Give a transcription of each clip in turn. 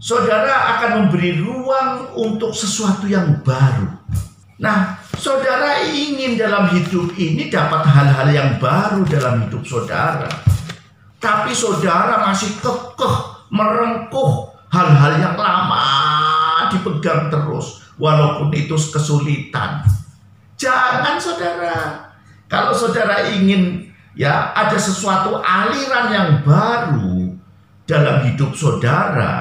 saudara akan memberi ruang untuk sesuatu yang baru. Nah, saudara ingin dalam hidup ini dapat hal-hal yang baru dalam hidup saudara. Tapi saudara masih kekeh merengkuh hal-hal yang lama dipegang terus, walaupun itu kesulitan. Jangan saudara. Kalau saudara ingin ada sesuatu aliran yang baru dalam hidup saudara,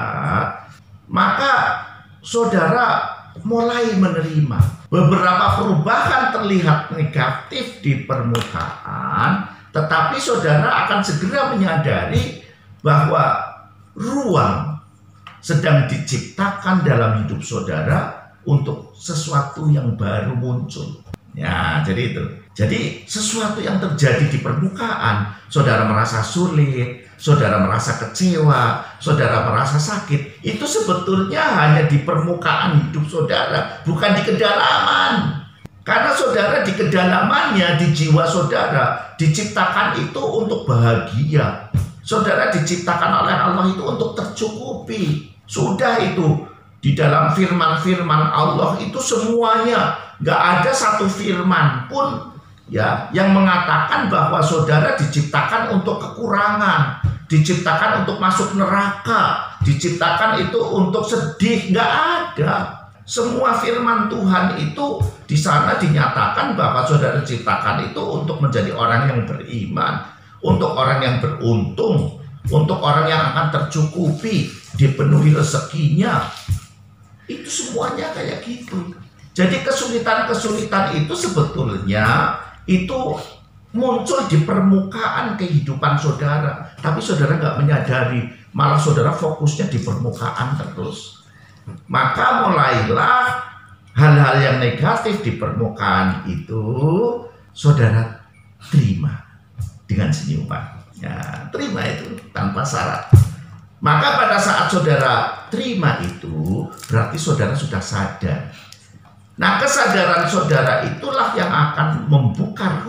maka saudara mulai menerima beberapa perubahan terlihat negatif di permukaan, tetapi saudara akan segera menyadari bahwa ruang sedang diciptakan dalam hidup saudara untuk sesuatu yang baru muncul. Ya, jadi itu. Jadi sesuatu yang terjadi di permukaan, saudara merasa sulit, saudara merasa kecewa, saudara merasa sakit, itu sebetulnya hanya di permukaan hidup saudara, bukan di kedalaman. Karena saudara di kedalamannya, di jiwa saudara, diciptakan itu untuk bahagia. Saudara diciptakan oleh Allah itu untuk tercukupi. Sudah itu, di dalam firman-firman Allah itu semuanya, gak ada satu firman pun yang mengatakan bahwa saudara diciptakan untuk kekurangan, diciptakan untuk masuk neraka, diciptakan itu untuk sedih. Gak ada. Semua firman Tuhan itu di sana dinyatakan bahwa saudara diciptakan itu untuk menjadi orang yang beriman, untuk orang yang beruntung, untuk orang yang akan tercukupi, dipenuhi rezekinya. Itu semuanya kayak gitu. Jadi kesulitan-kesulitan itu sebetulnya itu muncul di permukaan kehidupan saudara, tapi saudara nggak menyadari, malah saudara fokusnya di permukaan terus. Maka mulailah hal-hal yang negatif di permukaan itu saudara terima dengan senyuman. Ya, terima itu tanpa syarat. Maka pada saat saudara terima itu, berarti saudara sudah sadar. Nah, kesadaran saudara itulah yang akan membuka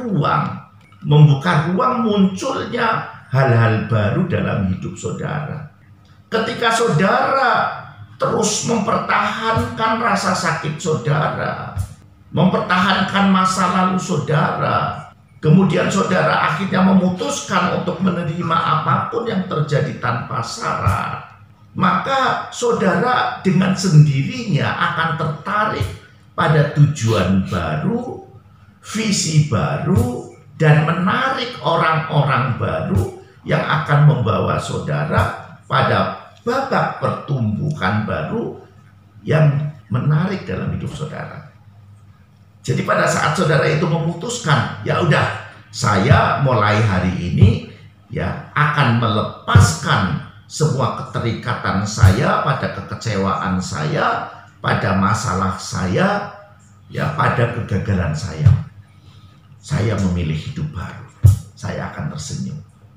ruang munculnya hal-hal baru dalam hidup saudara. Ketika saudara terus mempertahankan rasa sakit saudara, mempertahankan masa lalu saudara, kemudian saudara akhirnya memutuskan untuk menerima apapun yang terjadi tanpa syarat, maka saudara dengan sendirinya akan tertarik pada tujuan baru, visi baru, dan menarik orang-orang baru yang akan membawa saudara pada babak pertumbuhan baru yang menarik dalam hidup saudara. Jadi pada saat saudara itu memutuskan, ya udah, saya mulai hari ini akan melepaskan semua keterikatan saya pada kekecewaan saya, pada masalah saya, pada kegagalan saya. Saya memilih hidup baru. Saya akan tersenyum.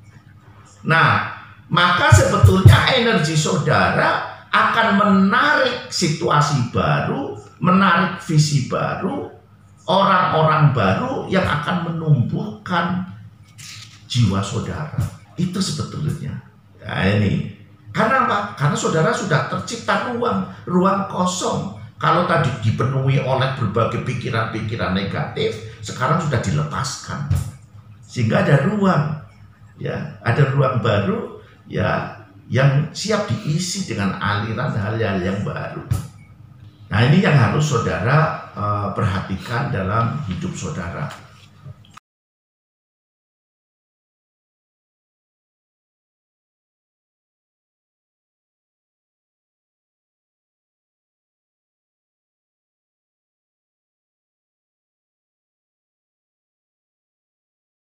Nah, maka sebetulnya energi saudara akan menarik situasi baru, menarik visi baru, orang-orang baru yang akan menumbuhkan jiwa saudara. Itu sebetulnya. Nah, ini. Karena apa? Karena saudara sudah tercipta ruang kosong. Kalau tadi dipenuhi oleh berbagai pikiran-pikiran negatif, sekarang sudah dilepaskan. Sehingga ada ruang, ada ruang baru, yang siap diisi dengan aliran hal-hal yang baru. Nah, ini yang harus saudara perhatikan dalam hidup saudara.